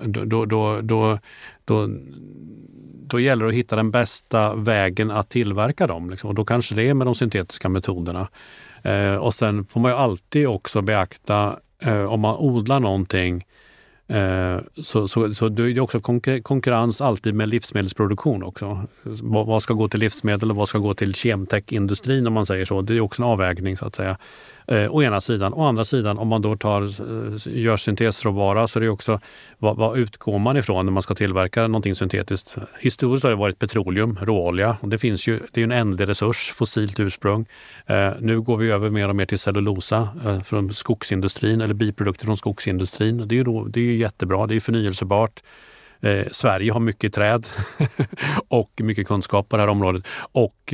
Då gäller det att hitta den bästa vägen att tillverka dem. Liksom. Och då kanske det är med de syntetiska metoderna. Och sen får man ju alltid också beakta om man odlar någonting Så det är också konkurrens alltid med livsmedelsproduktion också. Vad ska gå till livsmedel och vad ska gå till kemtech-industrin om man säger så. Det är också en avvägning så att säga. Å ena sidan. Å andra sidan, om man då gör syntesråvara så är det också vad utgår man ifrån när man ska tillverka någonting syntetiskt. Historiskt har det varit petroleum, råolja. Och det är ju en ändlig resurs, fossilt ursprung. Nu går vi över mer och mer till cellulosa från skogsindustrin eller biprodukter från skogsindustrin. Det är ju jättebra, det är förnyelsebart. Sverige har mycket träd och mycket kunskap på det här området och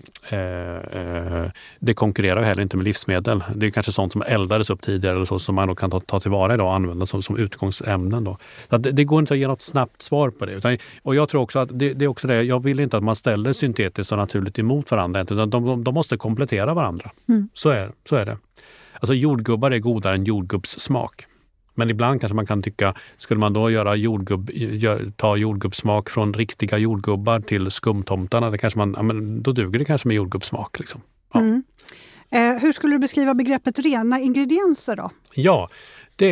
det konkurrerar heller inte med livsmedel. Det är kanske sånt som eldades upp tidigare eller så som man då kan ta tillvara idag och använda som utgångsämnen. Då. Så att det går inte att ge något snabbt svar på det. Och jag tror också att det är också det, jag vill inte att man ställer syntetiskt och naturligt emot varandra, utan de måste komplettera varandra. Så är det. Alltså jordgubbar är godare än jordgubbssmak. Men ibland kanske man kan tycka, skulle man då ta jordgubbssmak från riktiga jordgubbar till skumtomtarna, det kanske då duger det kanske med jordgubbssmak. Liksom. Ja. Hur skulle du beskriva begreppet rena ingredienser då? Ja, det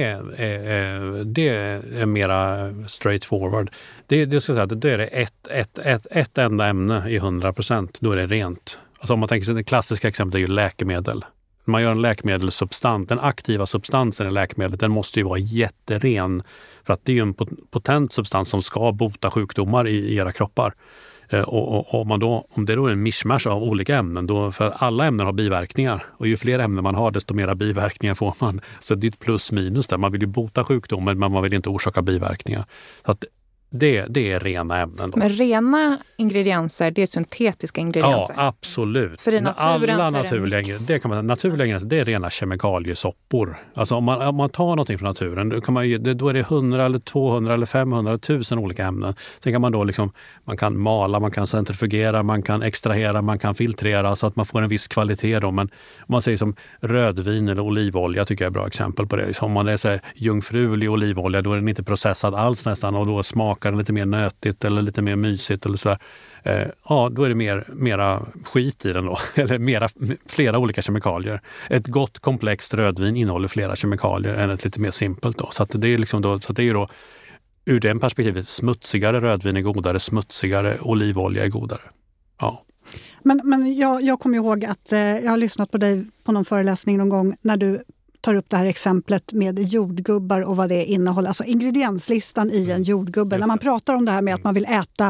är mera straightforward. Det ska säga, då är det ett enda ämne i 100%, då är det rent. Alltså om man tänker sig, det klassiska exemplet är ju läkemedel. Man gör en läkemedelssubstans, den aktiva substansen i läkemedlet, den måste ju vara jätteren. För att det är ju en potent substans som ska bota sjukdomar i era kroppar. Och om det då är en mishmash av olika ämnen, för alla ämnen har biverkningar. Och ju fler ämnen man har, desto mera biverkningar får man. Så det är ett plus minus där. Man vill ju bota sjukdomar, men man vill inte orsaka biverkningar. Så att det är rena ämnen då. Men rena ingredienser, det är syntetiska ingredienser? Ja, absolut. För i naturen alla så är naturliga ingredienser, det är rena kemikaliesoppor. Alltså om man tar någonting från naturen, då är det 100 eller 200 eller 500 1000 olika ämnen. Sen kan man då man kan mala, man kan centrifugera, man kan extrahera, man kan filtrera så att man får en viss kvalitet då. Men om man säger som rödvin eller olivolja tycker jag är ett bra exempel på det. Om man är så här, jungfrulig olivolja, då är den inte processad alls nästan och då smakar den lite mer nötigt eller lite mer mysigt eller sådär. Då är det mera skit i den då. Eller flera olika kemikalier. Ett gott komplext rödvin innehåller flera kemikalier än ett lite mer simpelt då. Så att det är ju då ur den perspektivet smutsigare rödvin är godare, smutsigare olivolja är godare. Ja. Men jag kommer ihåg att jag har lyssnat på dig på någon föreläsning någon gång när du tar upp det här exemplet med jordgubbar och vad det innehåller. Alltså ingredienslistan i en jordgubbe. När man pratar om det här med att man vill äta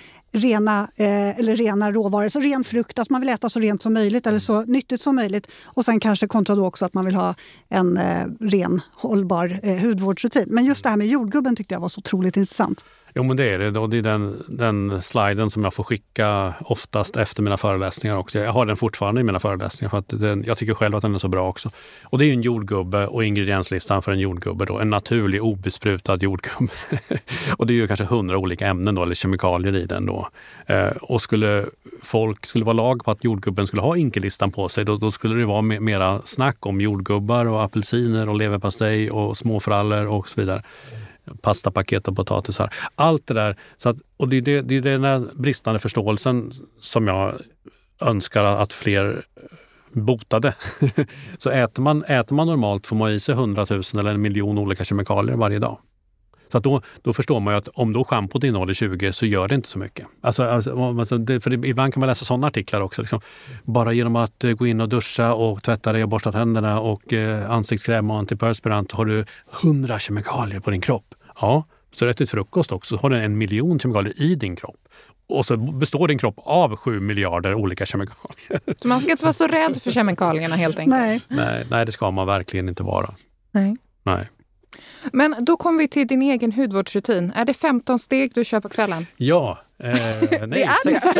rena råvaror, så ren frukt, att man vill äta så rent som möjligt eller så nyttigt som möjligt. Och sen kanske kontra då också att man vill ha en ren, hållbar hudvårdsrutin. Men just det här med jordgubben tyckte jag var så otroligt intressant. Jo, men det är det. Och det är den sliden som jag får skicka oftast efter mina föreläsningar också. Jag har den fortfarande i mina föreläsningar för att jag tycker själv att den är så bra också. Och det är ju en jordgubbe och ingredienslistan för en jordgubbe då. En naturlig, obesprutad jordgubbe. Och det är ju kanske 100 olika ämnen då, eller kemikalier i den då. Och skulle vara lag på att jordgubben skulle ha inkelistan på sig, då skulle det vara mera snack om jordgubbar och apelsiner och leverpastej och småfrallor och så vidare. Pastapaket och potatisar. Allt det där. Och det är den här bristande förståelsen som jag önskar att fler botade. Så äter man normalt får man i sig 100 000 eller 1 miljon olika kemikalier varje dag. Så att då förstår man ju att om då schampot innehåller 20 så gör det inte så mycket. För ibland kan man läsa sådana artiklar också. Liksom. Bara genom att gå in och duscha och tvätta dig och borsta tänderna och ansiktskräm och antiperspirant har du 100 kemikalier på din kropp. Ja, så rätt till frukost också har du 1 miljon kemikalier i din kropp. Och så består din kropp av 7 miljarder olika kemikalier. Så man ska inte vara så rädd för kemikalierna helt enkelt? Nej, det ska man verkligen inte vara. Nej. Men då kommer vi till din egen hudvårdsrutin. Är det 15 steg du kör på kvällen? Ja. Nej,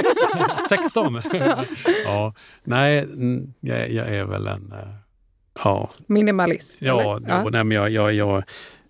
16. Ja. Nej, jag är väl en... minimalist? Ja, nej, men jag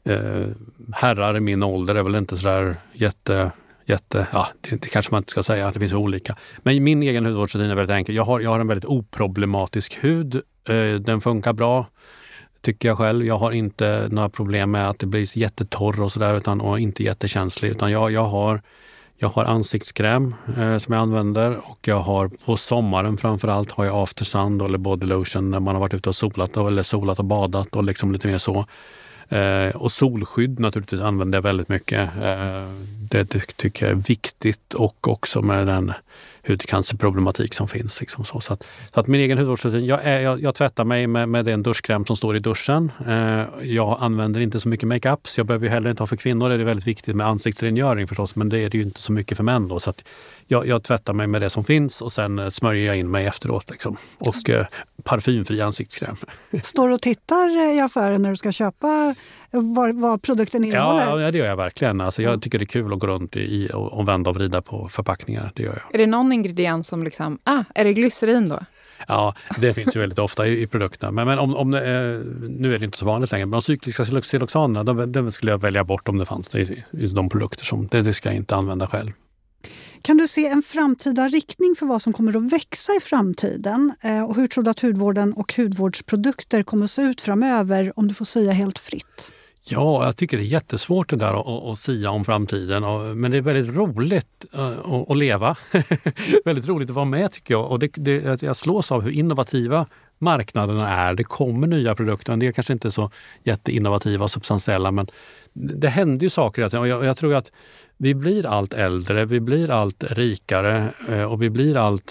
herrar i min ålder är väl inte sådär jätte det kanske man inte ska säga, det finns olika. Men min egen hudvårdsrutin är väldigt enkel. Jag har en väldigt oproblematisk hud. Den funkar bra, tycker jag själv. Jag har inte några problem med att det blir jättetorr och sådär, och inte jättekänslig. Utan jag har ansiktskräm som jag använder, och jag har på sommaren framförallt har jag after sun eller body lotion när man har varit ute och solat och badat och liksom lite mer så. Och solskydd naturligtvis använder jag väldigt mycket. Det tycker jag är viktigt, och också med den hudcancerproblematik som finns. Liksom så att min egen hudvårdsrutin, jag tvättar mig med den duschkräm som står i duschen. Jag använder inte så mycket makeup, så jag behöver ju heller inte ha för kvinnor. Det är väldigt viktigt med ansiktsrengöring förstås, men det är det ju inte så mycket för män då. Så att jag tvättar mig med det som finns och sen smörjer jag in mig efteråt. Liksom. Och parfymfri ansiktskräm. Står och tittar i affären när du ska köpa vad produkten innehåller? Ja, det gör jag verkligen. Alltså, jag tycker det är kul att gå runt och vända och vrida på förpackningar. Det gör jag. Är det någon ingrediens som liksom, är det glycerin då? Ja, det finns ju väldigt ofta i produkterna. Men om nu är det inte så vanligt längre. Men de cykliska siloxanerna, de skulle jag välja bort om det fanns i de produkter som det ska jag inte använda själv. Kan du se en framtida riktning för vad som kommer att växa i framtiden? Och hur tror du att hudvården och hudvårdsprodukter kommer att se ut framöver, om du får säga helt fritt? Ja, jag tycker det är jättesvårt det där att sia om framtiden. Men det är väldigt roligt att leva. Väldigt roligt att vara med tycker jag. Och jag slås av hur innovativa marknaderna är. Det kommer nya produkter. En del kanske inte är så jätteinnovativa och substantiella, men det händer ju saker. Och jag tror att vi blir allt äldre, vi blir allt rikare och vi blir allt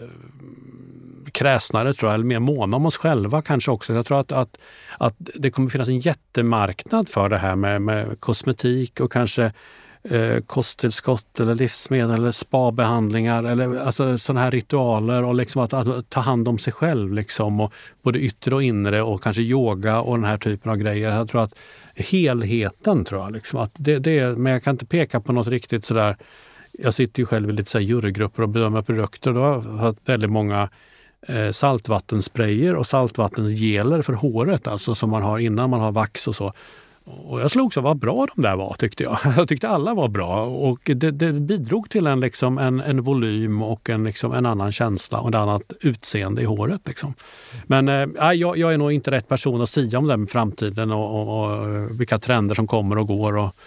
kräsnare tror jag, eller mer måna om oss själva kanske också. Jag tror att det kommer finnas en jättemarknad för det här med kosmetik och kanske kosttillskott eller livsmedel eller spabehandlingar eller alltså sådana här ritualer och liksom att ta hand om sig själv liksom, och både yttre och inre och kanske yoga och den här typen av grejer. Jag tror att helheten tror jag liksom att det men jag kan inte peka på något riktigt sådär. Jag sitter ju själv i lite så här jurygrupper och bedömer produkter. Då har jag haft väldigt många saltvattensprayer och saltvattensgeler för håret, alltså som man har innan man har vax och så. Och jag slogs av vad bra de där var, tyckte jag. Jag tyckte alla var bra och det bidrog till en volym och en annan känsla och ett annat utseende i håret. Liksom. Men jag är nog inte rätt person att säga om den framtiden och vilka trender som kommer och går och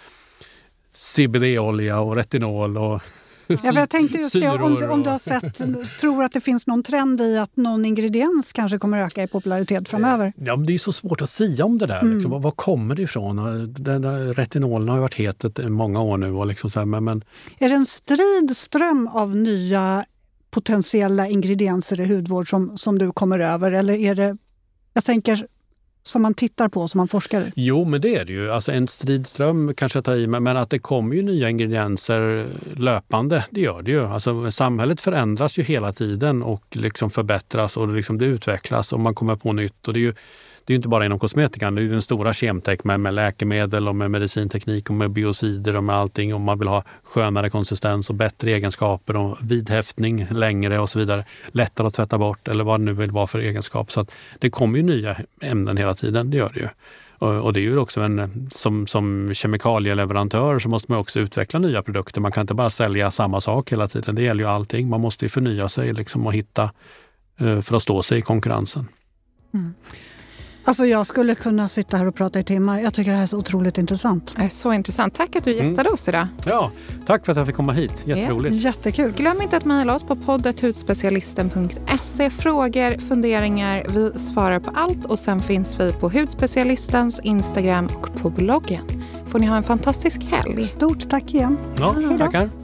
CBD-olja och retinol och jag tänkte just det, om du har sett, tror att det finns någon trend i att någon ingrediens kanske kommer öka i popularitet framöver? Ja, men det är så svårt att säga om det där. Liksom. Var kommer det ifrån? Retinolen har ju varit het i många år nu. Och liksom så här, men... Är det en strid ström av nya potentiella ingredienser i hudvård som du kommer över? Eller är det, jag tänker, som man tittar på, som man forskar? Jo, men det är det ju. Alltså en stridström kanske jag tar i, men att det kommer ju nya ingredienser löpande, det gör det ju. Alltså samhället förändras ju hela tiden och liksom förbättras och liksom det utvecklas och man kommer på nytt. Och det är ju inte bara inom kosmetikan, det är ju den stora kemtek med läkemedel och med medicinteknik och med biocider och med allting. Och man vill ha skönare konsistens och bättre egenskaper och vidhäftning längre och så vidare. Lättare att tvätta bort eller vad det nu vill vara för egenskap. Så att det kommer ju nya ämnen hela tiden, det gör det ju. Och det är ju också som kemikalieleverantör så måste man också utveckla nya produkter. Man kan inte bara sälja samma sak hela tiden. Det gäller ju allting. Man måste ju förnya sig liksom och hitta för att stå sig i konkurrensen. Mm. Alltså jag skulle kunna sitta här och prata i timmar. Jag tycker det här är så otroligt intressant. Det är så intressant. Tack att du gästade oss idag. Ja, tack för att jag fick komma hit. Jätteroligt. Jättekul. Glöm inte att mejla oss på poddet.hudspecialisten.se. Frågor, funderingar. Vi svarar på allt och sen finns vi på Hudspecialistens Instagram och på bloggen. Får ni ha en fantastisk helg. Stort tack igen. Ja, tackar.